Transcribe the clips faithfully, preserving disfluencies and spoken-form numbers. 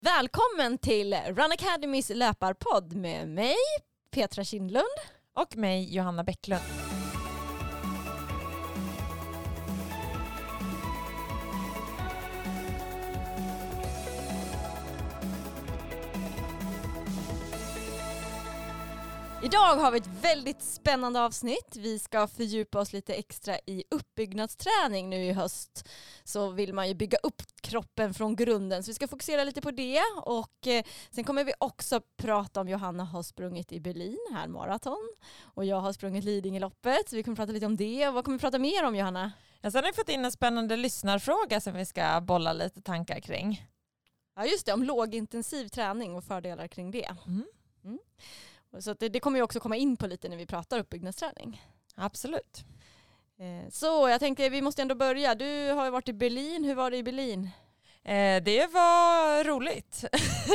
Välkommen till Run Academys löparpodd med mig, Petra Kindlund. Och mig, Johanna Bäcklund. Idag har vi ett väldigt spännande avsnitt. Vi ska fördjupa oss lite extra i uppbyggnadsträning nu i höst. Så vill man ju bygga upp kroppen från grunden. Så vi ska fokusera lite på det. Och eh, sen kommer vi också prata om Johanna har sprungit i Berlin, här maraton. Och jag har sprungit Lidingöloppet. Så vi kommer prata lite om det. Och vad kommer vi prata mer om, Johanna? Ja, sen har vi fått in en spännande lyssnarfråga som vi ska bolla lite tankar kring. Ja, just det. Om lågintensiv träning och fördelar kring det. Mm. Mm. Så att det, det kommer ju också komma in på lite när vi pratar uppbyggnadsträning. Absolut. Eh, så jag tänkte vi måste ändå börja. Du har ju varit i Berlin. Hur var det i Berlin? Eh, det var roligt.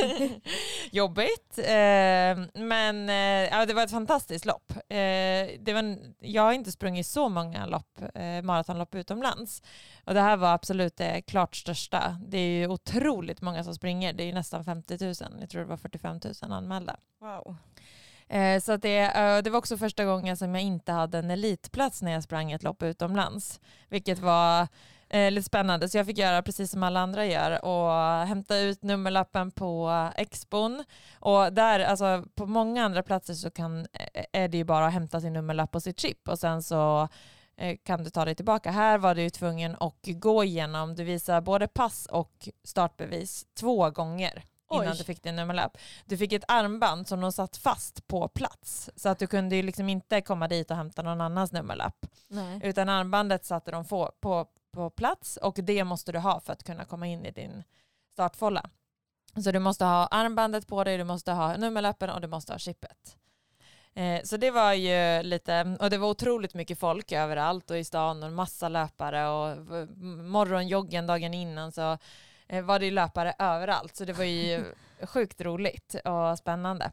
Jobbigt. Eh, men eh, ja, det var ett fantastiskt lopp. Eh, det var en, jag har inte sprungit så många lopp, eh, maratonlopp utomlands. Och det här var absolut det klart största. Det är ju otroligt många som springer. Det är ju nästan femtio tusen. Jag tror det var fyrtiofem tusen anmälda. Wow. Eh, så att det, eh, det var också första gången som jag inte hade en elitplats när jag sprang ett lopp utomlands. Vilket var eh, lite spännande. Så jag fick göra precis som alla andra gör och hämta ut nummerlappen på Expon. Och där, alltså på många andra platser så kan, är det ju bara att hämta sin nummerlapp och sitt chip. Och sen så eh, kan du ta dig tillbaka. Här var du ju tvungen att gå igenom. Du visar både pass och startbevis två gånger. Innan Oj. Du fick din nummerlapp. Du fick ett armband som de satt fast på plats. Så att du kunde ju liksom inte komma dit och hämta någon annans nummerlapp. Nej. Utan armbandet satte de på, på, på plats. Och det måste du ha för att kunna komma in i din startfålla. Så du måste ha armbandet på dig, du måste ha nummerlappen och du måste ha chippet. Eh, så det var ju lite, och det var otroligt mycket folk överallt och i stan och en massa löpare. Och morgonjoggen dagen innan så var det ju löpare överallt, så det var ju sjukt roligt och spännande.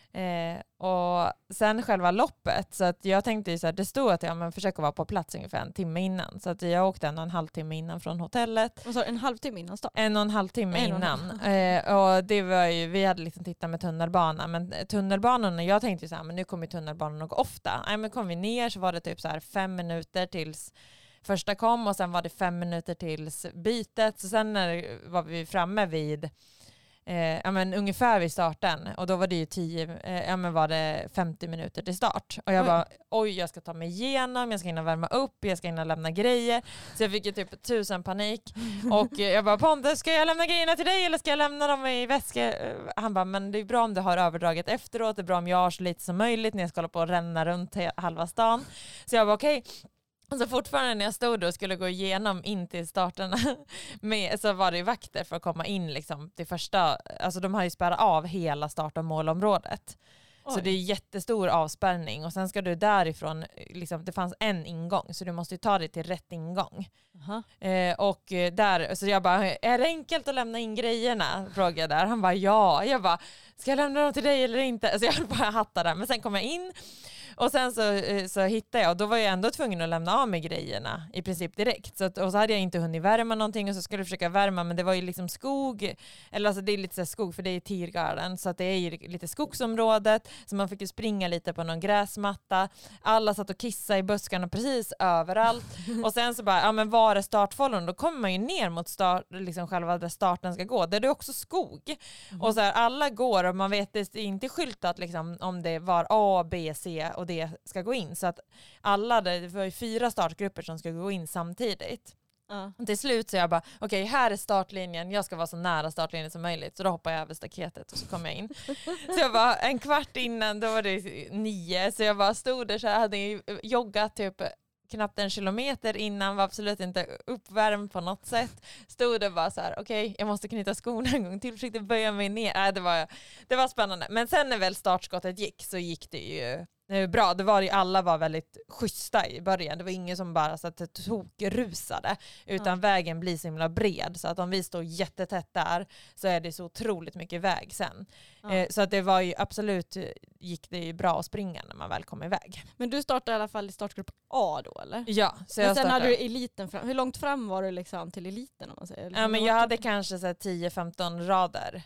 Eh, och sen själva loppet, så att jag tänkte ju så här, det stod att jag men försöker vara på plats ungefär en timme innan, så att jag åkte en och en halv timme innan från hotellet. Och så en halvtimme innan start? En och en halv timme innan. Eh, och det var ju, vi hade liksom tittat med tunnelbana, men tunnelbanan, jag tänkte ju så här, men nu kommer tunnelbanan gå ofta. Nej, men kom vi ner så var det typ så här fem minuter tills första kom och sen var det fem minuter tills bytet. Så sen när var vi framme vid eh, ja, men ungefär vid starten och då var det ju tio, eh, ja, men var det femtio minuter till start. Och jag bara, oj jag ska ta mig igenom, jag ska hinna värma upp, jag ska hinna lämna grejer. Så jag fick ju typ tusen panik. Och eh, jag bara, Pontus, ska jag lämna grejerna till dig eller ska jag lämna dem i väska? Han bara, men det är bra om du har överdraget efteråt, det är bra om jag har så lite som möjligt när jag ska hålla på och ränna runt halva stan. Så jag bara, okej. Okay. Och så fortfarande när jag stod och skulle gå igenom in till starterna med, så var det ju vakter för att komma in liksom till första, alltså de har ju spärrat av hela start- och målområdet. Oj. Så det är jättestor avspärrning och sen ska du därifrån, liksom, det fanns en ingång så du måste ju ta dig till rätt ingång. Uh-huh. Eh, och där, så jag bara, är det enkelt att lämna in grejerna? Frågade jag där. Han bara, ja. Jag bara, ska jag lämna dem till dig eller inte? Så jag bara hattade där. Men sen kom jag in och sen så, så hittade jag och då var jag ändå tvungen att lämna av mig grejerna i princip direkt. Så att, och så hade jag inte hunnit värma någonting och så skulle jag försöka värma, men det var ju liksom skog, eller alltså det är lite så skog för det är Tirgarden, så att det är ju lite skogsområdet, så man fick ju springa lite på någon gräsmatta. Alla satt och kissade i buskarna precis överallt. Och sen så bara, ja men var är startfållan? Då kommer man ju ner mot start, liksom själva där starten ska gå. Där det är också skog. Mm. Och så här, alla går och man vet det är inte skyltat liksom om det var A, B, C och D ska gå in. Så att alla, det var ju fyra startgrupper som ska gå in samtidigt. Uh. Till slut så jag bara, okej okay, här är startlinjen, jag ska vara så nära startlinjen som möjligt. Så då hoppar jag över staketet och så kommer jag in. Så jag bara, en kvart innan, då var det nio. Så jag bara stod där så här, hade joggat typ knappt en kilometer innan, var absolut inte uppvärmd på något sätt. Stod det bara så här, okej, okay, jag måste knyta skorna en gång till, försökte böja mig ner. Äh, det, var, det var spännande. Men sen när väl startskottet gick så gick det ju bra. Det var ju, alla var väldigt schyssta i början. Det var ingen som bara så att det tokrusade, utan ja. Vägen blir så himla bred, så att om vi står jättetätt där så är det så otroligt mycket väg sen. Ja. Eh, så att det var ju absolut, gick det ju bra att springa när man väl kom iväg. Men du startade i alla fall i startgrupp A då, eller? Ja. Så men jag sen startade. hade du eliten fram. Hur långt fram var du liksom till eliten om man säger? Ja, men jag hade kanske så här tio femton rader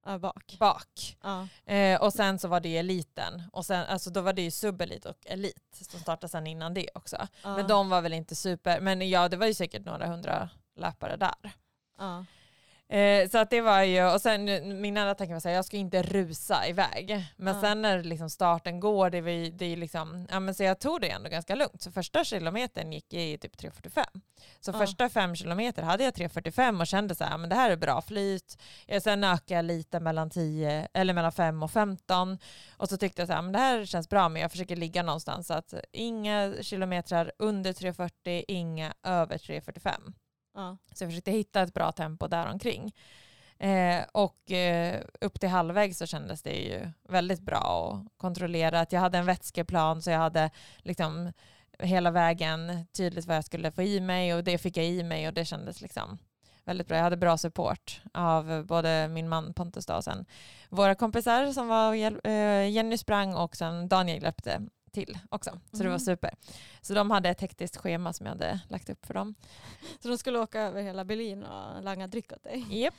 Ja, bak. bak. Ja. Eh, och sen så var det eliten. Och sen, alltså då var det ju subelit och elit som startade sen innan det också. Ja. Men de var väl inte super. Men ja, det var ju säkert några hundra löpare där. Ja. Eh, så att det var ju, och sen min enda tanke var att jag ska inte rusa iväg. Men Ja. sen när liksom starten går, det, var, det är liksom, ja men så jag tog det ändå ganska lugnt. Så första kilometern gick i typ tre fyrtiofem. Så Ja. första fem kilometer hade jag tre fyrtiofem och kände så här, men det här är bra flyt. Jag sen ökade jag lite mellan tio eller mellan fem och femton. Och så tyckte jag så här, men det här känns bra, men jag försöker ligga någonstans så att inga kilometrar under tre fyrtio, inga över tre fyrtiofem. Ja. Så jag försökte hitta ett bra tempo där omkring. Eh, och eh, upp till halvväg så kändes det ju väldigt bra och kontrollerat. Jag hade en vätskeplan så jag hade liksom hela vägen tydligt vad jag skulle få i mig och det fick jag i mig och det kändes liksom väldigt bra. Jag hade bra support av både min man Pontus då, och sen våra kompisar som var eh, Jenny sprang och sen Daniel hjälpte till också. Så Mm. det var super. Så de hade ett hektiskt schema som jag hade lagt upp för dem. Så de skulle åka över hela Berlin och langa dryck åt dig? Japp.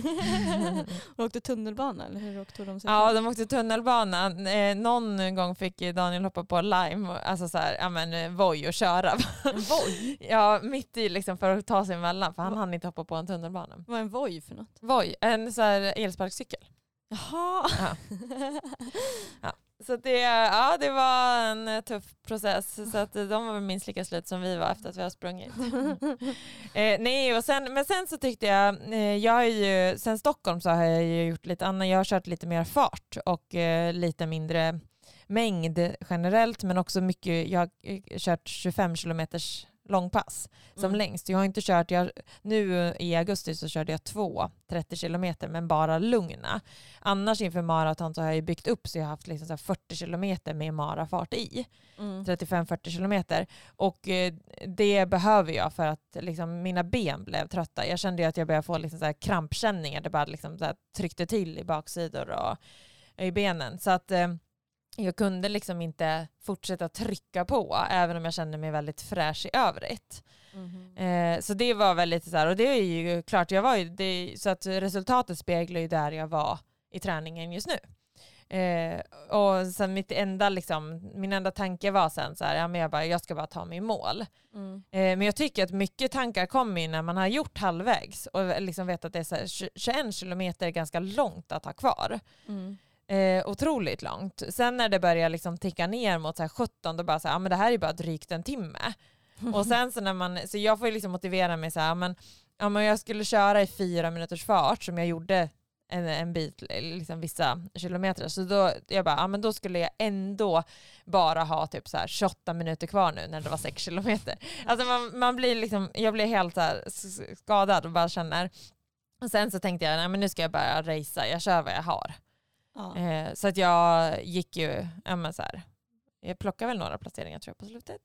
Och åkte tunnelbana eller hur åkte de sig? Ja, de åkte tunnelbana. Eh, någon gång fick Daniel hoppa på Lime, och- alltså så här, ja men Voi och köra. En Voi? Ja, mitt i liksom för att ta sig emellan, för han hann inte hoppa på en tunnelbana. Vad är en Voi för något? Voi, en så här elsparkcykel. Jaha! Ja. Ja. Så det, ja, det var en eh, tuff process. Så att eh, de var väl minst lika slut som vi var efter att vi har sprungit. eh, nej, och sen, men sen så tyckte jag, eh, jag har ju, sen Stockholm så har jag ju gjort lite annat. Jag har kört lite mer fart och eh, lite mindre mängd generellt, men också mycket, jag har eh, kört tjugofem kilometers långpass som Mm. längst. Jag har inte kört, jag, nu i augusti så körde jag två trettio kilometer men bara lugna. Annars inför maraton så har jag ju byggt upp så jag har haft liksom så här fyrtio kilometer med marafart i. Mm. trettiofem till fyrtio kilometer. Och eh, det behöver jag för att liksom, mina ben blev trötta. Jag kände ju att jag började få liksom, så här krampkänningar. Det bara liksom, så här, tryckte till i baksidor och i benen. Så att eh, jag kunde liksom inte fortsätta trycka på även om jag kände mig väldigt fräsch i övrigt. Mhm. Eh, så det var väldigt så här, och det är ju klart, jag var ju, det, så att resultatet speglar ju där jag var i träningen just nu. Eh, och sen mitt enda liksom, min enda tanke var sen så här, ja men jag bara, jag ska bara ta mig i mål. Mm. Eh, men jag tycker att mycket tankar kommer ju när man har gjort halvvägs och liksom vet att det är så här, tjugoen kilometer ganska långt att ha kvar. Mm. Eh, otroligt långt. Sen när det börjar liksom ticka ner mot så här sjutton, då bara så här, ja men det här är bara drygt en timme. Och sen så när man, så jag får ju liksom motivera mig så här, men, ja, men jag skulle köra i fyra minuters fart som jag gjorde en, en bit, liksom vissa kilometer. Så då, jag bara, ja men då skulle jag ändå bara ha typ så här tjugoåtta minuter kvar nu när det var sex kilometer. Alltså man, man blir liksom, jag blir helt så här skadad och bara känner. Och sen så tänkte jag, nej men nu ska jag bara racea, jag kör vad jag har. Ja. Eh, så att jag gick ju, ja men så här, jag plockade väl några placeringar tror jag på slutet.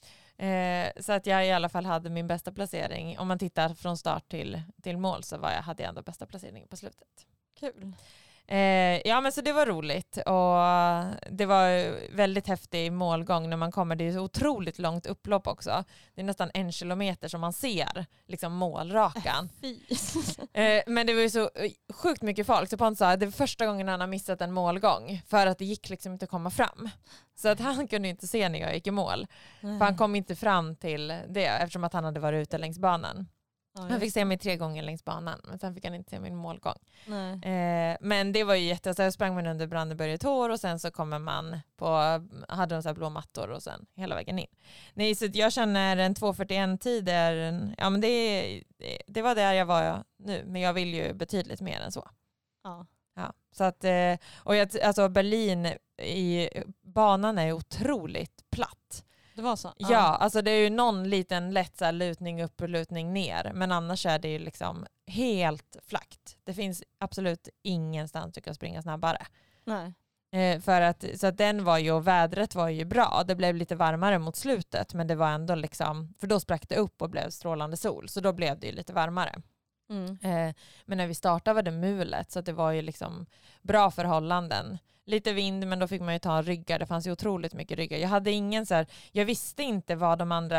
Eh, så att jag i alla fall hade min bästa placering. Om man tittar från start till, till mål så var jag, hade jag ändå bästa placeringen på slutet. Kul. Eh, ja men så det var roligt och det var väldigt häftig målgång när man kommer. Det är så otroligt långt upplopp också. Det är nästan en kilometer som man ser liksom målrakan. Fy. Eh, men det var ju så sjukt mycket folk. Så Pontus sa att det var första gången han har missat en målgång för att det gick liksom inte att komma fram. Så att han kunde inte se när jag gick i mål. För han kom inte fram till det eftersom att han hade varit ute längs banan. Ja, Han fick se mig tre gånger längs banan men sen fick han inte se min målgång. Nej. Eh, men det var ju jätte... Så jag sprang man under Brandeburger Tor och sen så kommer man på... Hade de så här blå mattor och sen hela vägen in. Nej, så jag känner en två fyrtioen-tid är... En, ja men det, det var där jag var nu. Men jag vill ju betydligt mer än så. Ja. Ja, så att... Eh, och jag, alltså Berlin i banan är otroligt platt. Det var så? Ja, alltså det är ju någon liten lätt så här, lutning upp och lutning ner. Men annars är det ju liksom helt flackt. Det finns absolut ingenstans du kan springa snabbare. Nej. Eh, för att, så att den var ju, och vädret var ju bra. Det blev lite varmare mot slutet. Men det var ändå liksom, för då sprack det upp och blev strålande sol. Så då blev det ju lite varmare. Mm. Eh, men när vi startade var det mulet. Så att det var ju liksom bra förhållanden. Lite vind, men då fick man ju ta ryggar. Det fanns ju otroligt mycket ryggar. Jag hade ingen så här, jag visste inte vad de andra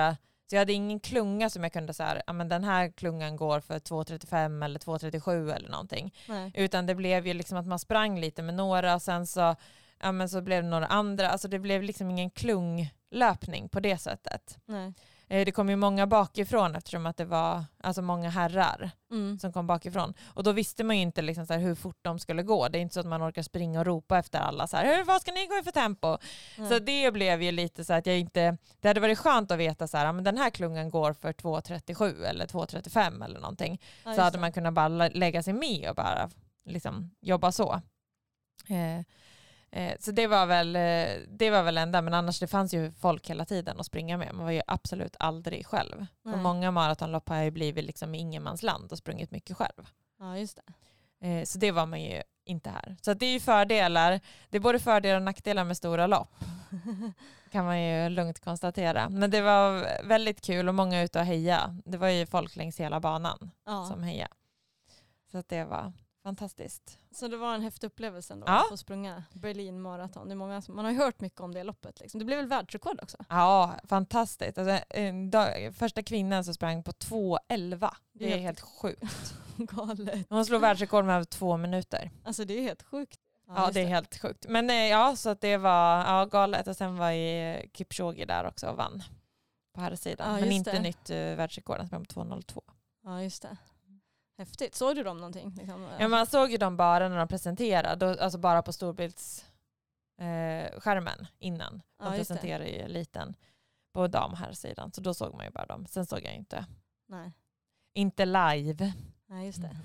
Så jag hade ingen klunga som jag kunde säga, ja men den här klungan går för två trettiofem eller två trettiosju eller någonting. Nej. Utan det blev ju liksom att man sprang lite med några och sen så, ja men så blev det några andra. Alltså det blev liksom ingen klunglöpning på det sättet. Nej. Det kom ju många bakifrån eftersom att det var alltså många herrar Mm. som kom bakifrån. Och då visste man ju inte liksom så här hur fort de skulle gå. Det är inte så att man orkar springa och ropa efter alla så här, vad ska ni gå i för tempo? Mm. Så det blev ju lite så att jag inte, det hade varit skönt att veta så här, men den här klungan går för två trettiosju eller två trettiofem eller någonting. Ja, så hade man kunnat bara lägga sig med och bara liksom jobba så. Eh, Så det var väl det var väl enda, men annars det fanns ju folk hela tiden att springa med. Man var ju absolut aldrig själv. På många maratonlopp har jag ju blivit liksom i ingenmansland och sprungit mycket själv. Ja, just det. Så det var man ju inte här. Så det är ju fördelar. Det är både fördelar och nackdelar med stora lopp. Kan man ju lugnt konstatera. Men det var väldigt kul och många ute och heja. Det var ju folk längs hela banan ja. som heja. Så att det var fantastiskt. Så det var en häftig upplevelse ändå ja. att få sprunga Berlin maraton. Det är många som, man har ju hört mycket om det loppet. Liksom. Det blev väl världsrekord också? Ja, fantastiskt. Alltså, en dag, första kvinnan som sprang på två elva. Det, det är helt, helt sjukt. Galet. Hon slog världsrekord med över två minuter. Alltså det är helt sjukt. Ja, ja det är det. helt sjukt. Men ja, så att det var ja, galet. Och sen var ju Kipchoge där också och vann på här sidan. Ja, men inte det. nytt uh, världsrekord. Han sprang på två noll två. Ja, just det. Häftigt. Såg du dem någonting? Liksom? Ja, man såg ju dem bara när de presenterade. Alltså bara på storbildsskärmen eh, innan. De ja, presenterade ju eliten på dam här sidan. Så då såg man ju bara dem. Sen såg jag inte. Nej. Inte live. Nej, just det.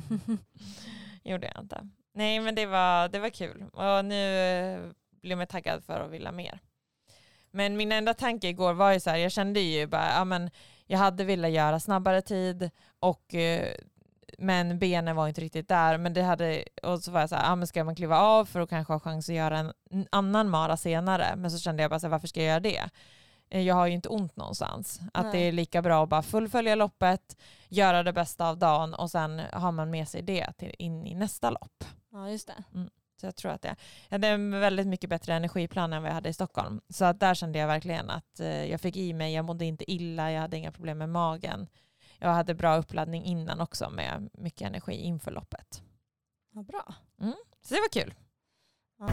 Gjorde jag inte. Nej, men det var, det var kul. Och nu eh, blev jag taggad för att vilja mer. Men min enda tanke igår var ju så här. Jag kände ju bara, ja men jag hade velat göra snabbare tid och eh, men benen var inte riktigt där. Men det hade, och så var jag så här, ah, men ska man kliva av för att kanske ha chans att göra en annan mara senare. Men så kände jag bara så här, varför ska jag göra det? Jag har ju inte ont någonstans. Att Nej. det är lika bra att bara fullfölja loppet, göra det bästa av dagen och sen har man med sig det till in i nästa lopp. Ja, just det. Mm. Så jag tror att det, jag hade en väldigt mycket bättre energiplan än vad jag hade i Stockholm. Så att där kände jag verkligen att eh, jag fick i mig, jag mådde inte illa, jag hade inga problem med magen. Jag hade bra uppladdning innan också med mycket energi inför loppet. Ja, bra. Mm. Så det var kul. Ja.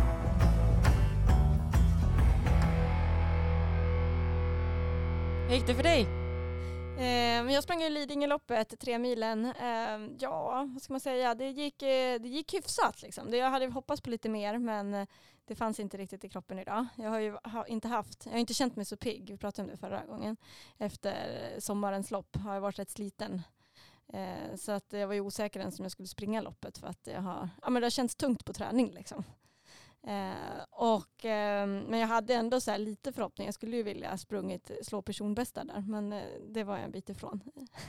Hur gick det för dig? Eh, jag sprang i Lidingöloppet, tre milen. Eh, ja, vad ska man säga? Det gick, eh, det gick hyfsat. Liksom. Det, jag hade hoppats på lite mer, men eh, det fanns inte riktigt i kroppen idag. Jag har ju ha, inte haft, jag har inte känt mig så pigg. Vi pratade om det förra gången. Efter sommarens lopp har jag varit rätt sliten. Eh, så att jag var ju osäker än som jag skulle springa loppet för att jag har, ja, men det har känts tungt på träning liksom. Eh, och, eh, men jag hade ändå så här lite förhoppning. Jag skulle ju vilja sprungit slå personbästa där, men eh, det var jag en bit ifrån.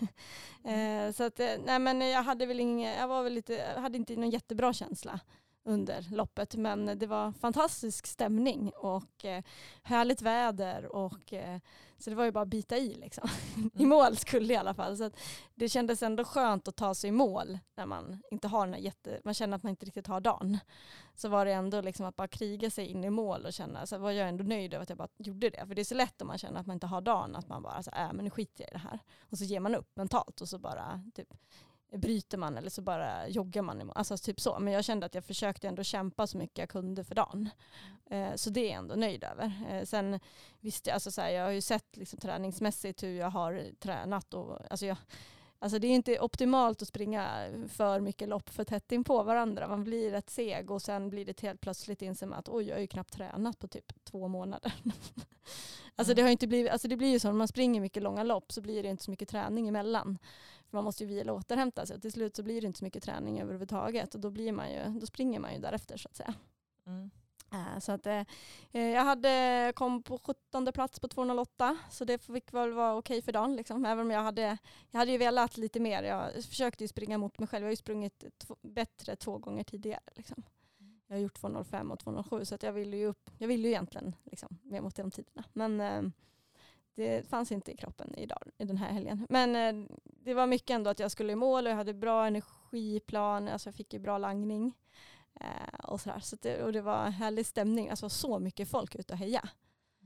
eh, så att, eh, nej, men jag hade väl ingen, jag var väl lite, jag hade inte någon jättebra känsla under loppet, men det var fantastisk stämning och eh, härligt väder och eh, så det var ju bara att bita i liksom. I mål skulle i alla fall. Så att det kändes ändå skönt att ta sig i mål när man inte har den här jätte, man känner att man inte riktigt har dagen. Så var det ändå liksom att bara kriga sig in i mål och känna, så var jag ändå nöjd över att jag bara gjorde det. För det är så lätt om man känner att man inte har dagen, att man bara så äh, men nu skiter jag i det här. Och så ger man upp mentalt och så bara typ bryter man eller så bara joggar man. Alltså typ så. Men jag kände att jag försökte ändå kämpa så mycket jag kunde för dagen. Eh, så det är jag ändå nöjd över. Eh, sen visste jag, alltså så här, jag har ju sett liksom träningsmässigt hur jag har tränat. Och, alltså, jag, alltså det är inte optimalt att springa för mycket lopp för tätt in på varandra. Man blir rätt seg och sen blir det helt plötsligt inse med att oj, jag har ju knappt tränat på typ två månader. Alltså det har inte blivit, alltså det blir ju så när man springer mycket långa lopp så blir det inte så mycket träning emellan. För man måste ju vila och återhämta sig och till slut så blir det inte så mycket träning överhuvudtaget och då blir man ju, då springer man ju därefter så att säga. Mm. Äh, så att eh, jag hade kom på sjuttonde plats på två noll åtta så det fick väl vara okej för dagen liksom. Även om jag hade jag hade ju velat lite mer. Jag försökte ju springa mot mig själv. Jag har ju sprungit t- bättre två gånger tidigare liksom. Jag har gjort två noll fem och två noll sju så att jag ville ju upp, jag ville ju egentligen liksom mer mot de tiderna. Men eh, det fanns inte i kroppen idag, i den här helgen. Men eh, det var mycket ändå att jag skulle i mål och jag hade bra energiplan. Alltså jag fick ju bra langning. Eh, och sådär. Så det, och det var härlig stämning. Alltså så mycket folk ute och heja.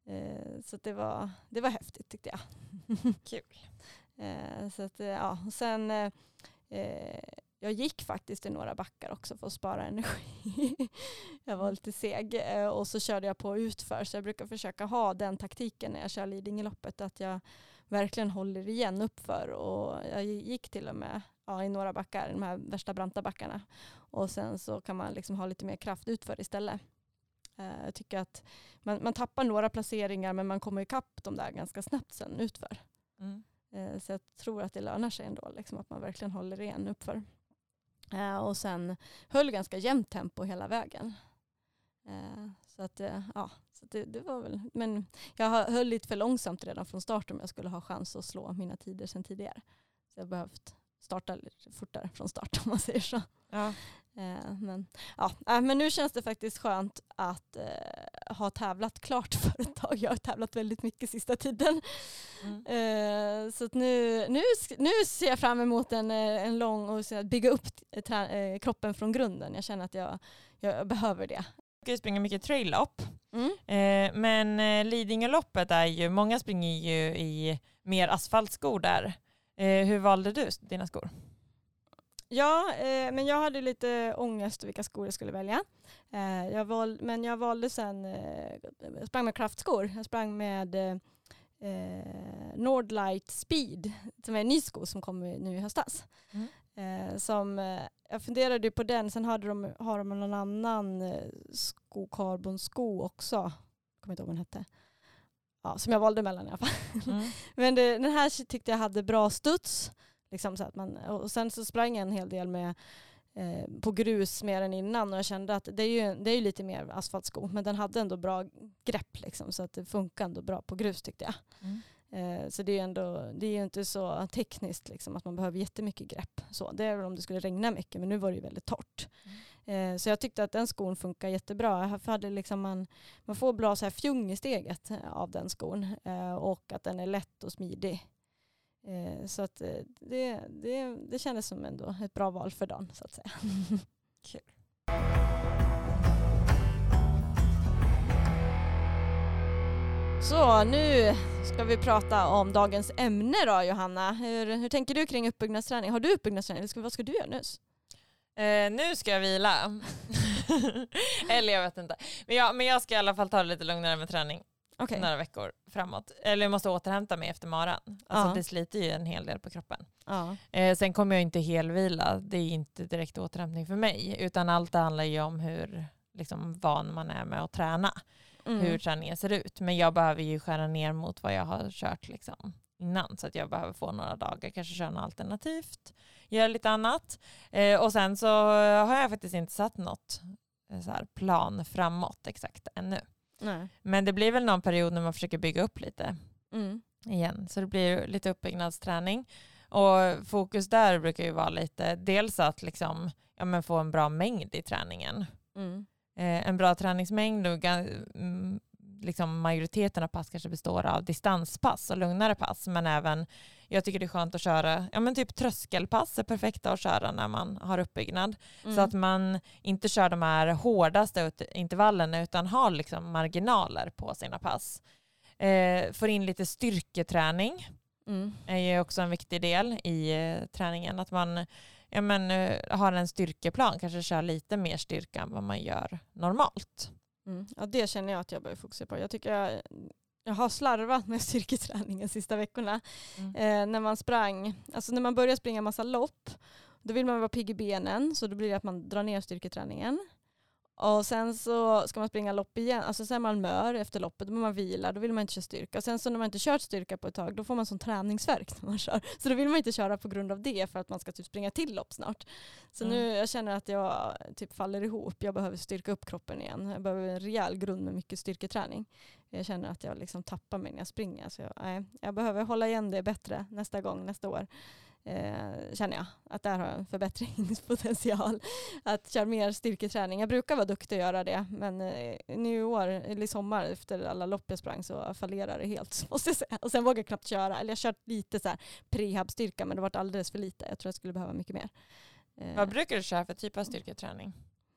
Eh, så att det var, det var häftigt tyckte jag. Kul. Eh, så att, ja. Och sen, eh, jag gick faktiskt i några backar också för att spara energi. Jag var lite seg. Eh, och så körde jag på utför. Så jag brukar försöka ha den taktiken när jag kör Lidingöloppet. Att jag verkligen håller igen uppför. Och jag gick till och med ja, i några backar, de här värsta branta backarna. Och sen så kan man liksom ha lite mer kraft utför istället. Uh, jag tycker att man, man tappar några placeringar men man kommer ikapp de där ganska snabbt sen utför. Mm. Uh, så jag tror att det lönar sig ändå, liksom, att man verkligen håller igen uppför. Uh, och sen höll ganska jämnt tempo hela vägen. Uh, så att, uh, ja, så att det, det var väl... Men jag höll lite för långsamt redan från start om jag skulle ha chans att slå mina tider sen tidigare. Så jag har behövt starta lite fortare från start om man säger så. Ja. Uh, men, ja, uh, men nu känns det faktiskt skönt att uh, ha tävlat klart för ett tag. Jag har tävlat väldigt mycket sista tiden. Mm. Uh, så att nu, nu, nu ser jag fram emot en, en lång och så bygga upp trä, uh, kroppen från grunden. Jag känner att jag, jag behöver det. Jag springer mycket trail-lopp. Mm. Uh, men uh, Lidingöloppet är ju, många springer ju i mer asfaltskor där. Uh, hur valde du dina skor? Ja, eh, men jag hade lite ångest vilka skor jag skulle välja. Eh, jag val, men jag valde sen, eh, jag sprang med kraftskor. Jag sprang med eh, Nordlight Speed, som är en ny sko som kom nu i höstas. Mm. Eh, som, eh, jag funderade på den, sen hade de, har de någon annan eh, sko, carbonsko också. Jag kommer inte ihåg vad den hette. Ja, som jag valde mellan i alla fall. Mm. Men det, den här tyckte jag hade bra studs. Liksom så att man, och sen så sprang jag en hel del med, eh, på grus mer än innan och jag kände att det är ju, det är ju lite mer asfaltsko men den hade ändå bra grepp liksom, så att det funkar ändå bra på grus tyckte jag. Mm. Eh, så det är ju ändå, det är ju inte så tekniskt liksom, att man behöver jättemycket grepp. Så, det är väl om det skulle regna mycket men nu var det ju väldigt torrt. Mm. Eh, så jag tyckte att den skon funkar jättebra. Jag hade liksom man, man får bra så här fjung i steget av den skon eh, och att den är lätt och smidig. Eh, så att eh, det, det, det kändes som ändå ett bra val för dagen så att säga. Kul. Så nu ska vi prata om dagens ämne då, Johanna. Hur, hur tänker du kring uppbyggnadsträning? Har du uppbyggnadsträning? Vad ska du göra nu? Eh, nu ska jag vila. Eller jag vet inte. Men jag, men jag ska i alla fall ta det lite lugnare med träning. Okay. Några veckor framåt. Eller jag måste återhämta mig efter maran. Alltså ja. Det sliter ju en hel del på kroppen. Ja. Eh, sen kommer jag inte helvila. Det är inte direkt återhämtning för mig. Utan allt det handlar ju om hur liksom, van man är med att träna. Mm. Hur träningen ser ut. Men jag behöver ju skära ner mot vad jag har kört liksom, innan. Så att jag behöver få några dagar. Kanske köra något alternativt. Göra lite annat. Eh, och sen så har jag faktiskt inte satt något så här, plan framåt exakt ännu. Nej. Men det blir väl någon period när man försöker bygga upp lite mm. igen. Så det blir lite uppbyggnadsträning. Och fokus där brukar ju vara lite dels att liksom, ja, men få en bra mängd i träningen. Mm. Eh, en bra träningsmängd och mm, liksom majoriteten av pass kanske består av distanspass och lugnare pass. Men även, jag tycker det är skönt att köra, ja men typ tröskelpass är perfekta att köra när man har uppbyggnad. Mm. Så att man inte kör de här hårdaste intervallerna utan har liksom marginaler på sina pass. Eh, får in lite styrketräning. Mm. Är ju också en viktig del i eh, träningen. Att man ja, men, eh, har en styrkeplan, kanske kör lite mer styrka än vad man gör normalt. Mm. Ja, det känner jag att jag behöver fokusera på. Jag tycker jag, jag har slarvat med styrketräningen de sista veckorna. Mm. Eh, när man sprang, alltså när man börjar springa massa lopp, då vill man vara pigg i benen, så då blir det att man drar ner styrketräningen. Och sen så ska man springa lopp igen. Alltså sen är man mör efter loppet, då vill man vila, då vill man inte köra styrka. Och sen så när man inte kört styrka på ett tag, då får man sån träningsvärk när man kör. Så då vill man inte köra på grund av det, för att man ska typ springa till lopp snart. Så mm. nu jag känner att jag typ faller ihop. Jag behöver styrka upp kroppen igen. Jag behöver en rejäl grund med mycket styrketräning. Jag känner att jag liksom tappar mig när jag springer. Så jag, nej, jag behöver hålla igen det bättre nästa gång, nästa år. Eh, känner jag att där har jag en förbättringspotential att köra mer styrketräning. Jag brukar vara duktig att göra det, men eh, nu i år eller i sommar efter alla lopp jag sprang så fallerar det helt, måste jag säga. Och sen vågar jag knappt köra, eller jag har kört lite så här prehab-styrka, men det har varit alldeles för lite. Jag tror jag skulle behöva mycket mer. Eh, Vad brukar du köra för typ av styrketräning?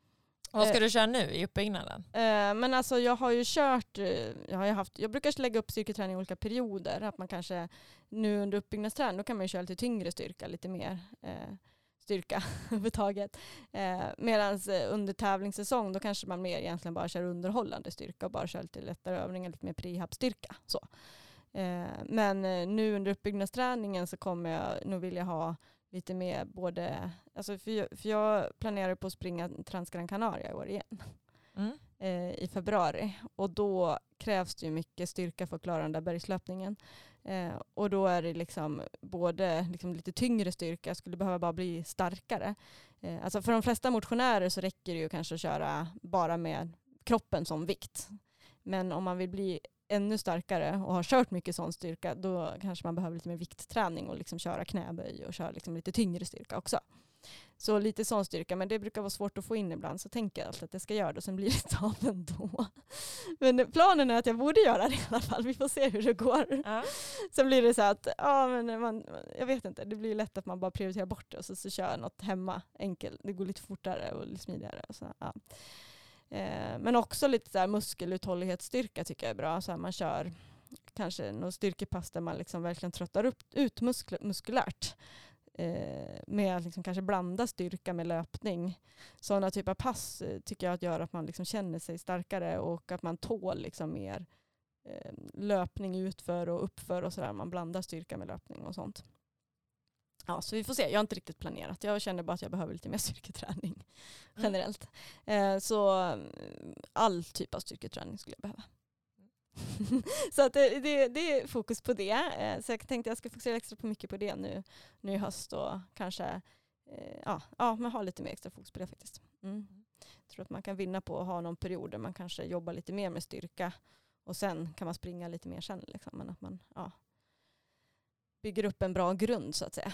Vad ska du köra nu i uppbyggnaden? Eh, men alltså jag har ju kört, eh, jag, har ju haft, jag brukar lägga upp styrketräning i olika perioder. Att man kanske nu under uppbyggnadsträning, då kan man ju köra lite tyngre styrka, lite mer eh, styrka överhuvudtaget. Eh, Medan under tävlingssäsong då kanske man mer egentligen bara kör underhållande styrka och bara kör lite lättare övningar, lite mer prehab-styrka. Så. Eh, men eh, nu under uppbyggnadsträningen så kommer jag nog vilja ha lite mer både, alltså för jag, för jag planerar på att springa Transgran Canaria i år igen. Mm. Eh, i februari. Och då krävs det ju mycket styrka för att klara den där bergslöpningen. Eh, och då är det liksom både liksom lite tyngre styrka, jag skulle behöva bara bli starkare. Eh, alltså för de flesta motionärer så räcker det ju kanske att köra bara med kroppen som vikt. Men om man vill bli ännu starkare och har kört mycket sån styrka, då kanske man behöver lite mer viktträning och liksom köra knäböj och köra liksom lite tyngre styrka också. Så lite sån styrka, men det brukar vara svårt att få in ibland, så tänker jag alltid att jag ska göra det och sen blir det lite av ändå. Men planen är att jag borde göra det i alla fall, vi får se hur det går. Ja. Sen blir det så att, ja men man, jag vet inte, det blir lätt att man bara prioriterar bort det och så, så kör något hemma enkelt, det går lite fortare och lite smidigare. Och så, ja. eh, men också lite så här muskeluthållighetsstyrka tycker jag är bra, så här man kör kanske någon styrkepass där man liksom verkligen tröttar upp, ut muskul, muskulärt. Eh, med att liksom kanske blanda styrka med löpning. Sådana typer av pass eh, tycker jag att gör att man liksom känner sig starkare och att man tål liksom mer eh, löpning utför och uppför och sådär. Man blandar styrka med löpning och sånt. Ja, så vi får se. Jag har inte riktigt planerat. Jag känner bara att jag behöver lite mer styrketräning generellt. Eh, så all typ av styrketräning skulle jag behöva. Så att det, det, det är fokus på det. Så jag tänkte att jag ska fokusera extra på mycket på det nu, nu i höst och kanske ja, ja, men ha lite mer extra fokus på det faktiskt. Mm. Jag tror att man kan vinna på att ha någon period där man kanske jobbar lite mer med styrka och sen kan man springa lite mer sen. Liksom. Men att man ja, bygger upp en bra grund så att säga.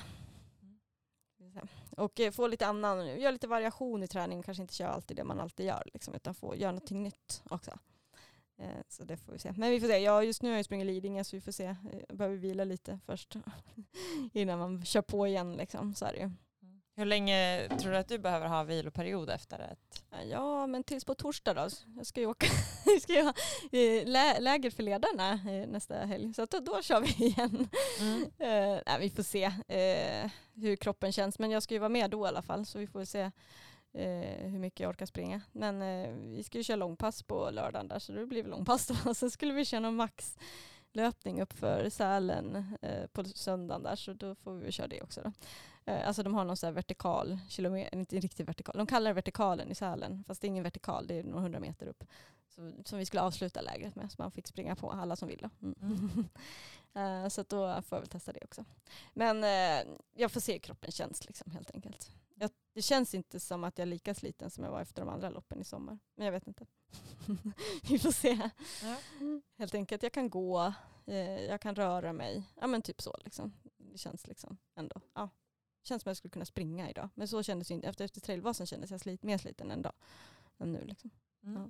Och få lite annan, gör lite variation i träning, kanske inte köra alltid det man alltid gör liksom, utan få göra någonting nytt också. Så det får vi se. Men vi får se. Ja, just nu har jag sprungit Lidingö så vi får se. Jag behöver vila lite först innan man kör på igen. Liksom. Så är det ju. Hur länge tror du att du behöver ha viloperiod efter ett? Ja, men tills på torsdag då. Jag ska ju åka. Jag ska ju ha lä- läger för ledarna nästa helg. Så att då, då kör vi igen. Mm. Uh, nej, vi får se uh, hur kroppen känns. Men jag ska ju vara med då i alla fall. Så vi får se. Eh, hur mycket jag orkar springa. Men eh, vi ska ju köra långpass på lördagen där, så det blir väl långpass då. Och sen skulle vi köra någon maxlöpning upp för Sälen eh, på söndagen där, så då får vi köra det också då. Eh, alltså de har någon så här vertikal kilometer, inte riktigt vertikal. De kallar det vertikalen i Sälen, fast det är ingen vertikal, det är några hundra meter upp. Så, som vi skulle avsluta lägret med, så man fick springa på alla som vill då. Mm. eh, så då får jag väl testa det också. Men eh, jag får se hur kroppen känns liksom, helt enkelt. Jag, det känns inte som att jag är lika sliten som jag var efter de andra loppen i sommar. Men jag vet inte. Vi får se. Ja. Helt enkelt, jag kan gå, eh, jag kan röra mig. Ja men typ så liksom. Det känns liksom ändå. Ja. Det känns som att jag skulle kunna springa idag. Men så kändes det inte. Efter, efter trailvasen kändes jag slit, mer sliten än, dag, än nu liksom. Mm.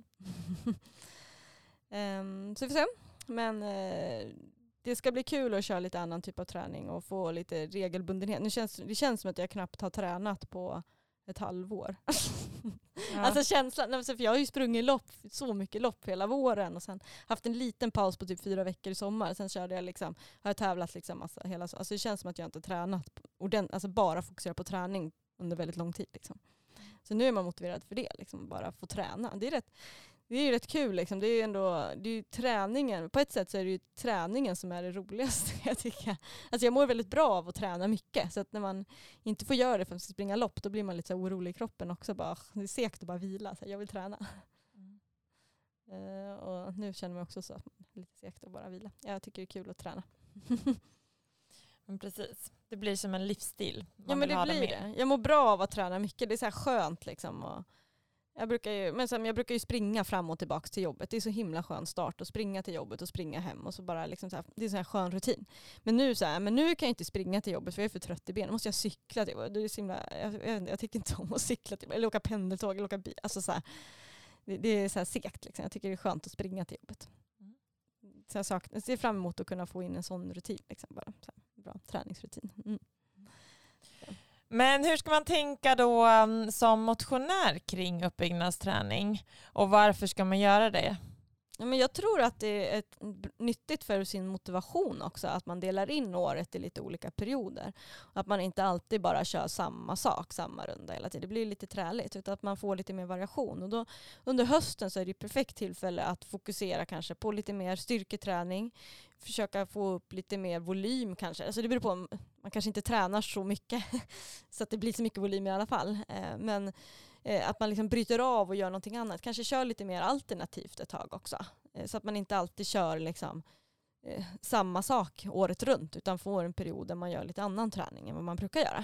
Ja. um, så vi får se. Men eh, det ska bli kul att köra lite annan typ av träning och få lite regelbundenhet. Nu känns, det känns som att jag knappt har tränat på ett halvår. Ja. Alltså känslan, för jag har ju sprungit lopp, så mycket lopp hela våren och sen haft en liten paus på typ fyra veckor i sommar. Sen körde jag liksom, har jag tävlat liksom massa, hela, alltså det känns som att jag inte har tränat, ordent, alltså bara fokuserat på träning under väldigt lång tid liksom. Så nu är man motiverad för det, liksom, bara få träna. Det är rätt, det är ju rätt kul liksom. Det är ju ändå, det är ju träningen, på ett sätt så är det ju träningen som är det roligaste jag tycker. Alltså jag mår väldigt bra av att träna mycket, så att när man inte får göra det för att springa lopp, då blir man lite så orolig i kroppen också, bara, det är segt att bara vila, så jag vill träna. Mm. Uh, och nu känner man också så att det är lite segt att bara vila. Jag tycker det är kul att träna. Men precis, det blir som en livsstil. Man ja men det blir det, det. Jag mår bra av att träna mycket, det är så här skönt liksom. Och jag brukar ju, men sen, jag brukar ju springa fram och tillbaka till jobbet. Det är så himla skön start att springa till jobbet och springa hem. Och så bara liksom så här, det är så här skön rutin. Men nu, så här, men nu kan jag inte springa till jobbet för jag är för trött i benen. Då måste jag cykla till jobbet. Det är så himla, jag, jag, jag tycker inte om att cykla till jobbet. Eller åka pendeltåg eller åka bil. Alltså så här, det, det är så här segt. Liksom. Jag tycker det är skönt att springa till jobbet. Mm. Så jag, saknar, jag ser fram emot att kunna få in en sån rutin. Liksom, bara, så här, bra träningsrutin. Mm. Men hur ska man tänka då um, som motionär kring uppbyggnadsträning? Och varför ska man göra det? Ja, men jag tror att det är ett, nyttigt för sin motivation också att man delar in året i lite olika perioder. Att man inte alltid bara kör samma sak, samma runda hela tiden. Det blir lite träligt, utan att man får lite mer variation. Och då, under hösten så är det ett perfekt tillfälle att fokusera kanske på lite mer styrketräning. Försöka få upp lite mer volym kanske. Alltså det beror på, man kanske inte tränar så mycket så att det blir så mycket volym i alla fall. Men att man liksom bryter av och gör någonting annat. Kanske kör lite mer alternativt ett tag också. Så att man inte alltid kör liksom, eh, samma sak året runt. Utan får en period där man gör lite annan träning än vad man brukar göra.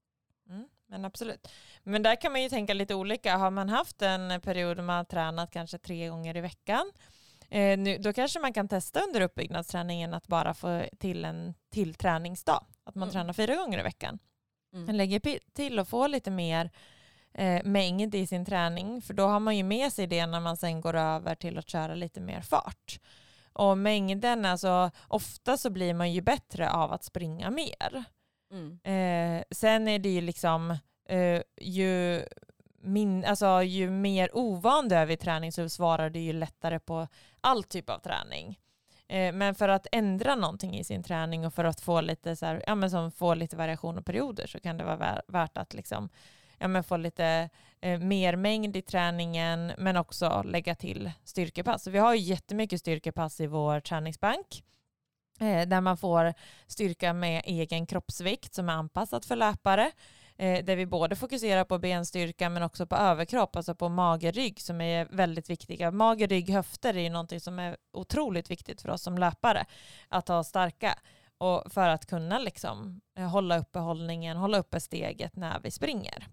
Mm, men absolut. Men där kan man ju tänka lite olika. Har man haft en period där man har tränat kanske tre gånger i veckan. Eh, nu, då kanske man kan testa under uppbyggnadsträningen att bara få till en till träningsdag. Att man mm. tränar fyra gånger i veckan. Mm. Man lägger till och får lite mer Eh, mängd i sin träning, för då har man ju med sig det när man sen går över till att köra lite mer fart. Och mängden, alltså ofta så blir man ju bättre av att springa mer. Mm. Eh, sen är det ju liksom eh, ju, min, alltså, ju mer ovan du är vid träning så svarar du ju lättare på all typ av träning. Eh, men för att ändra någonting i sin träning och för att få lite, så här, ja, men som få lite variation och perioder så kan det vara värt att liksom Ja, men få lite eh, mer mängd i träningen, men också lägga till styrkepass. Så vi har ju jättemycket styrkepass i vår träningsbank eh, där man får styrka med egen kroppsvikt som är anpassat för löpare. Eh, där vi både fokuserar på benstyrka men också på överkropp, alltså på mage, rygg som är väldigt viktiga. Mage, rygg, höfter är ju någonting som är otroligt viktigt för oss som löpare att ha starka. Och för att kunna liksom hålla uppe hållningen, hålla uppe steget när vi springer.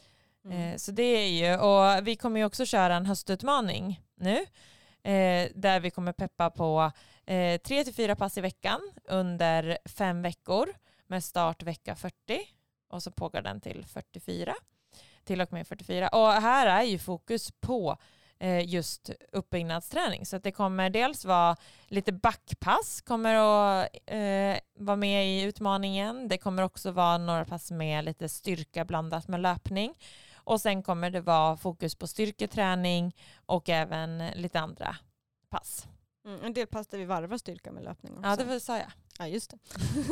Mm. Så det är ju, och vi kommer ju också köra en höstutmaning nu eh, där vi kommer peppa på eh, tre till fyra pass i veckan under fem veckor med start vecka fyrtio och så pågår den till fyrtiofyra till och med fyrtiofyra, och här är ju fokus på eh, just uppbyggnadsträning, så att det kommer dels vara lite backpass kommer att eh, vara med i utmaningen. Det kommer också vara några pass med lite styrka blandat med löpning. Och sen kommer det vara fokus på styrketräning och även lite andra pass. Mm, en del pass där vi varvar styrka med löpning också. Ja, det var, sa jag. Ja, just det.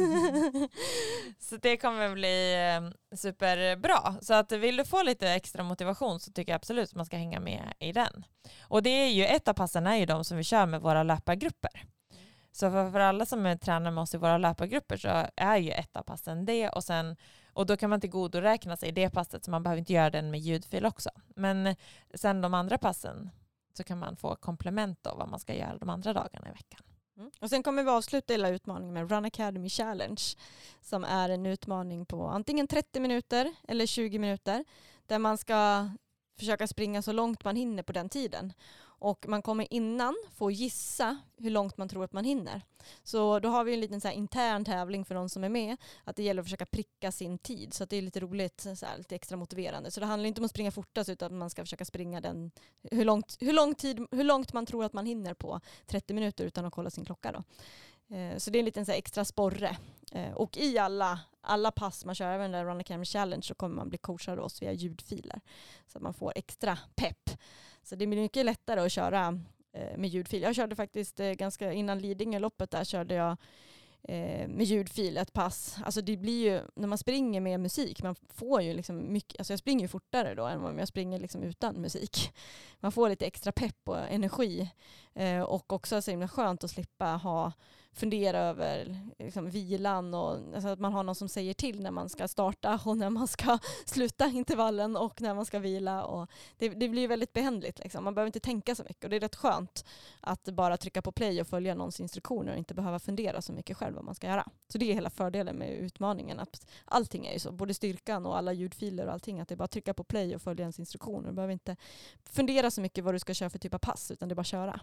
Så det kommer bli eh, superbra. Så att vill du få lite extra motivation så tycker jag absolut att man ska hänga med i den. Och det är ju, ett av passen är ju de som vi kör med våra löpargrupper. Mm. Så för, för alla som är tränar med oss i våra löpargrupper så är ju ett av passen det, och sen Och då kan man inte tillgodoräkna sig det passet, så man behöver inte göra den med ljudfil också. Men sen de andra passen så kan man få komplement då vad man ska göra de andra dagarna i veckan. Mm. Och sen kommer vi avsluta hela utmaningen med Run Academy Challenge, som är en utmaning på antingen trettio minuter eller tjugo minuter där man ska försöka springa så långt man hinner på den tiden. Och man kommer innan få gissa hur långt man tror att man hinner. Så då har vi en liten så här intern tävling för de som är med. Att det gäller att försöka pricka sin tid. Så att det är lite roligt, så här, lite extra motiverande. Så det handlar inte om att springa fortast, utan man ska försöka springa den, hur, långt, hur, lång tid, hur långt man tror att man hinner på trettio minuter utan att kolla sin klocka då. Så det är en liten så här extra sporre. Och i alla, alla pass man kör, även den Run Academy Challenge, så kommer man bli coachad av oss via ljudfiler. Så att man får extra pepp. Så det blir mycket lättare att köra med ljudfil. Jag körde faktiskt ganska innan Lidingö-loppet där körde jag med ljudfil ett pass. Alltså det blir ju, när man springer med musik, man får ju liksom mycket, alltså jag springer ju fortare då än om jag springer liksom utan musik. Man får lite extra pepp och energi, och också så himla skönt att slippa ha fundera över liksom, vilan, och alltså, att man har någon som säger till när man ska starta och när man ska sluta intervallen och när man ska vila. Och det, det blir väldigt behändligt. Liksom. Man behöver inte tänka så mycket, och det är rätt skönt att bara trycka på play och följa någons instruktioner och inte behöva fundera så mycket själv vad man ska göra. Så det är hela fördelen med utmaningen, att allting är ju så, både styrkan och alla ljudfiler och allting, att det är bara att trycka på play och följa ens instruktioner. Du behöver inte fundera så mycket vad du ska köra för typ av pass, utan det är bara att köra.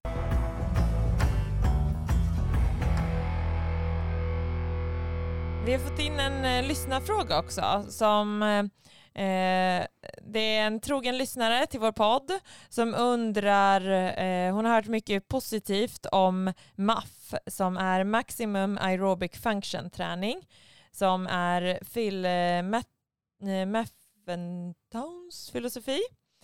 Vi har fått in en eh, lyssnarfråga också. Som, eh, det är en trogen lyssnare till vår podd som undrar, eh, hon har hört mycket positivt om M A F, som är Maximum Aerobic Function träning, som är Phil eh, Matt, eh, Maffentons filosofi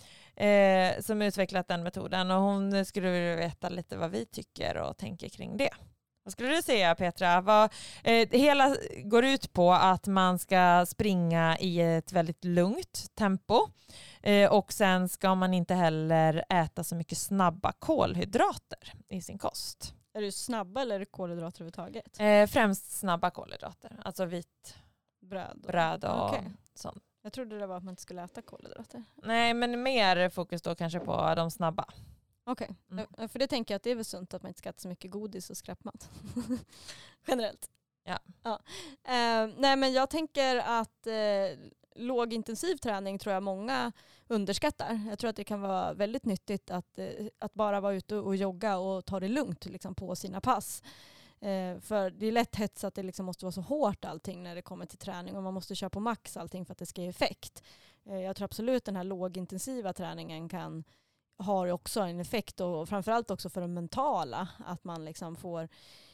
eh, som utvecklat den metoden, och hon skulle vilja veta lite vad vi tycker och tänker kring det. Vad skulle du säga, Petra? Vad, eh, det hela går ut på att man ska springa i ett väldigt lugnt tempo eh, och sen ska man inte heller äta så mycket snabba kolhydrater i sin kost. Är det snabba eller är det kolhydrater överhuvudtaget? Eh, främst snabba kolhydrater, alltså vitt Bröd och, bröd och okay. sånt. Jag trodde det var att man inte skulle äta kolhydrater. Nej, men mer fokus då kanske på de snabba. Okej, okay. mm. För det tänker jag att det är väl sunt att man inte ska äta så mycket godis och skräpmat. Generellt. Ja. ja. Uh, nej men jag tänker att uh, lågintensiv träning tror jag många underskattar. Jag tror att det kan vara väldigt nyttigt att, uh, att bara vara ute och jogga och ta det lugnt liksom, på sina pass. Uh, för det är lätt hets att det liksom måste vara så hårt allting när det kommer till träning och man måste köra på max allting för att det ska ge effekt. Uh, jag tror absolut den här lågintensiva träningen kan har också en effekt och framförallt också för det mentala, att man liksom får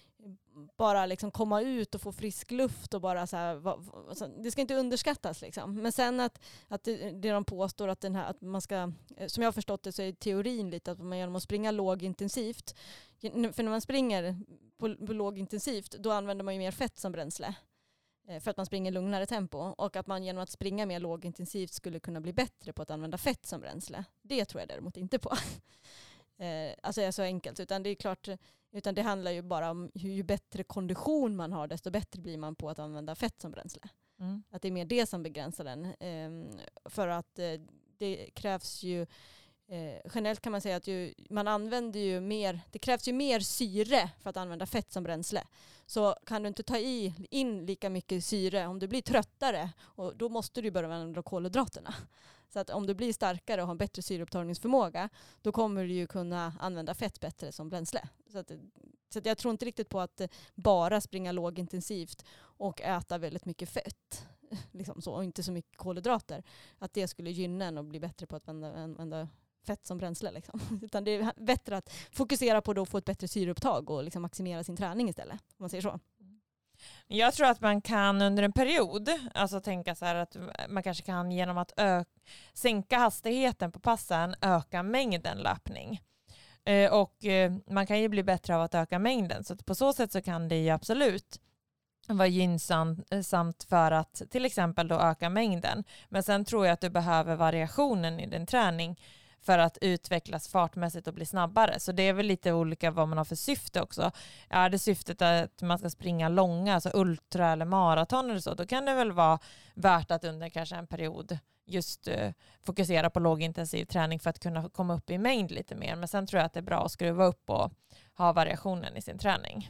bara liksom komma ut och få frisk luft och bara så här, det ska inte underskattas liksom. Men sen att, att det, det de påstår att den här, att man ska, som jag har förstått det så är teorin lite att man genom att springa lågintensivt, för när man springer på, på lågintensivt då använder man ju mer fett som bränsle. För att man springer lugnare tempo. Och att man genom att springa mer lågintensivt skulle kunna bli bättre på att använda fett som bränsle. Det tror jag däremot inte på. Alltså det är så enkelt. Utan det är klart, utan det handlar ju bara om hur ju bättre kondition man har desto bättre blir man på att använda fett som bränsle. Mm. Att det är mer det som begränsar den. För att det krävs ju Eh, generellt kan man säga att ju, man använder ju mer, det krävs ju mer syre för att använda fett som bränsle. Så kan du inte ta i, in lika mycket syre om du blir tröttare, och då måste du börja använda kolhydraterna. Så att om du blir starkare och har en bättre syreupptagningsförmåga, då kommer du ju kunna använda fett bättre som bränsle. Så, att, så att jag tror inte riktigt på att bara springa lågintensivt och äta väldigt mycket fett. Liksom så, och inte så mycket kolhydrater. Att det skulle gynna en och bli bättre på att använda, använda fett som bränsle. Liksom. Utan det är bättre att fokusera på att få ett bättre syreupptag och liksom maximera sin träning istället. Om man säger så. Jag tror att man kan under en period alltså tänka så här att man kanske kan genom att ö- sänka hastigheten på passen öka mängden löpning. Eh, och eh, man kan ju bli bättre av att öka mängden. Så att på så sätt så kan det ju absolut vara gynnsamt för att till exempel då öka mängden. Men sen tror jag att du behöver variationen i din träning för att utvecklas fartmässigt och bli snabbare. Så det är väl lite olika vad man har för syfte också. Är det syftet att man ska springa långa, alltså ultra eller maraton eller så, då kan det väl vara värt att under kanske en period just uh, fokusera på lågintensiv träning för att kunna komma upp i mängd lite mer. Men sen tror jag att det är bra att skruva upp och ha variationen i sin träning.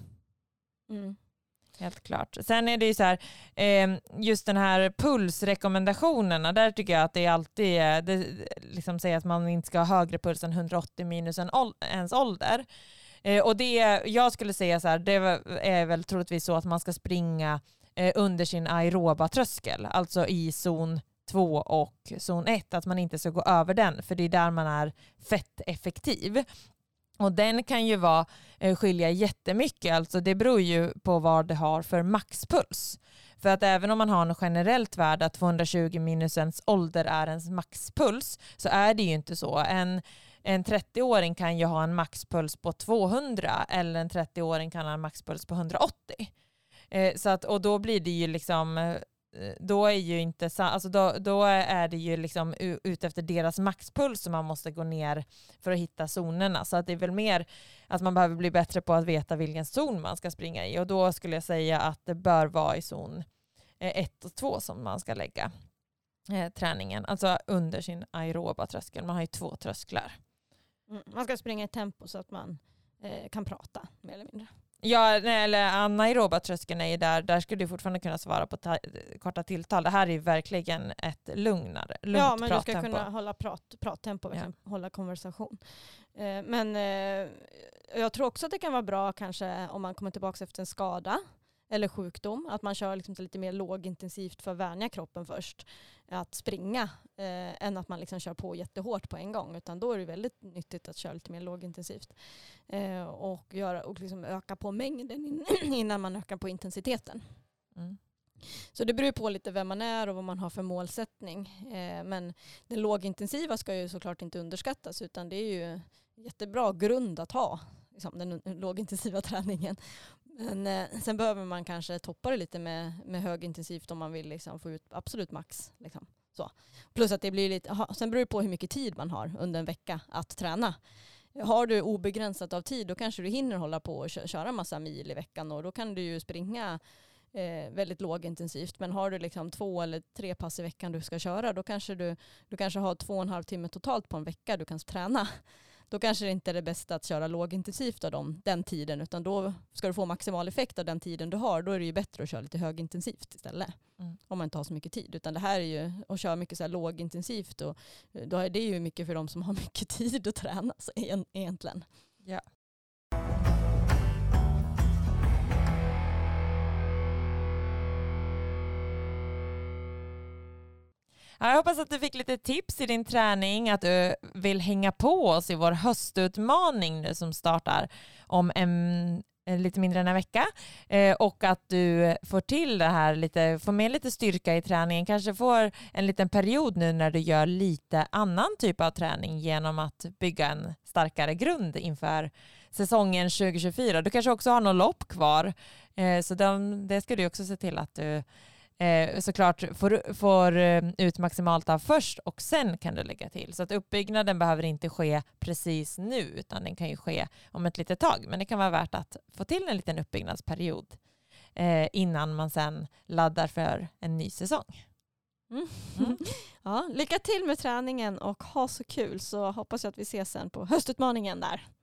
Mm. Helt klart. Sen är det ju så här, eh, just den här pulsrekommendationerna, där tycker jag att det är alltid, det liksom säger att man inte ska ha högre puls än hundraåttio minus en ål- ens ålder. Eh, och det, jag skulle säga så här, det är väl troligtvis så att man ska springa eh, under sin aeroba tröskel, alltså i zon två och zon ett, att man inte ska gå över den, för det är där man är fetteffektiv. Och den kan ju vara, eh, skilja jättemycket, alltså det beror ju på vad det har för maxpuls. För att även om man har en generellt värde att tvåhundratjugo minus ens ålder är ens maxpuls, så är det ju inte så. En, en trettio-åring kan ju ha en maxpuls på tvåhundra, eller en trettio-åring kan ha en maxpuls på hundraåttio. Eh, så att, och då blir det ju liksom... Då är ju inte alltså då, då är det ju liksom ut efter deras maxpuls som man måste gå ner för att hitta zonerna. Så att det är väl mer att man behöver bli bättre på att veta vilken zon man ska springa i. Och då skulle jag säga att det bör vara i zon ett och två som man ska lägga eh, träningen. Alltså under sin aeroba tröskel. Man har ju två trösklar. Mm, man ska springa i tempo så att man eh, kan prata mer eller mindre. Ja, nej, eller anaeroba tröskeln är ju där. Där skulle du fortfarande kunna svara på ta- korta tilltal. Det här är ju verkligen ett lugnare, lugnt ja, men prattempo. Du ska kunna hålla prat, prattempo, ja. Hålla konversation. Eh, men eh, jag tror också att det kan vara bra kanske om man kommer tillbaka efter en skada eller sjukdom. Att man kör liksom lite mer lågintensivt för att vänja kroppen först. Att springa eh, än att man liksom kör på jättehårt på en gång. Utan då är det väldigt nyttigt att köra lite mer lågintensivt. Eh, och göra, och liksom öka på mängden in, innan man ökar på intensiteten. Mm. Så det beror på lite vem man är och vad man har för målsättning. Eh, men den lågintensiva ska ju såklart inte underskattas, utan det är ju jättebra grund att ha, liksom, den lågintensiva träningen. Men eh, sen behöver man kanske toppa det lite med, med högintensivt om man vill liksom, få ut absolut max. Liksom. Så. Plus att det blir lite, aha, sen beror det på hur mycket tid man har under en vecka att träna. Har du obegränsat av tid, då kanske du hinner hålla på och köra en massa mil i veckan, och då kan du ju springa eh, väldigt lågintensivt. Men har du liksom två eller tre pass i veckan du ska köra, då kanske du, du kanske har två och en halv timme totalt på en vecka du kan träna. Då kanske det inte är det bästa att köra lågintensivt av dem, den tiden, utan då ska du få maximal effekt av den tiden du har. Då är det ju bättre att köra lite högintensivt istället. Mm. Om man inte har så mycket tid. Utan det här är ju att köra mycket så här lågintensivt, och då är det ju mycket för de som har mycket tid att träna så egentligen. Ja. Jag hoppas att du fick lite tips i din träning, att du vill hänga på oss i vår höstutmaning nu som startar om en, lite mindre än en vecka, eh, och att du får till det här lite, får med lite styrka i träningen, kanske får en liten period nu när du gör lite annan typ av träning genom att bygga en starkare grund inför säsongen tjugo tjugofyra. Du kanske också har något lopp kvar, eh, så de, det ska du också se till att du Eh, såklart får, får eh, ut maximalt av först, och sen kan du lägga till. Så att uppbyggnaden behöver inte ske precis nu, utan den kan ju ske om ett litet tag. Men det kan vara värt att få till en liten uppbyggnadsperiod eh, innan man sen laddar för en ny säsong. Mm. Mm. Ja, lycka till med träningen och ha så kul, så hoppas jag att vi ses sen på höstutmaningen där.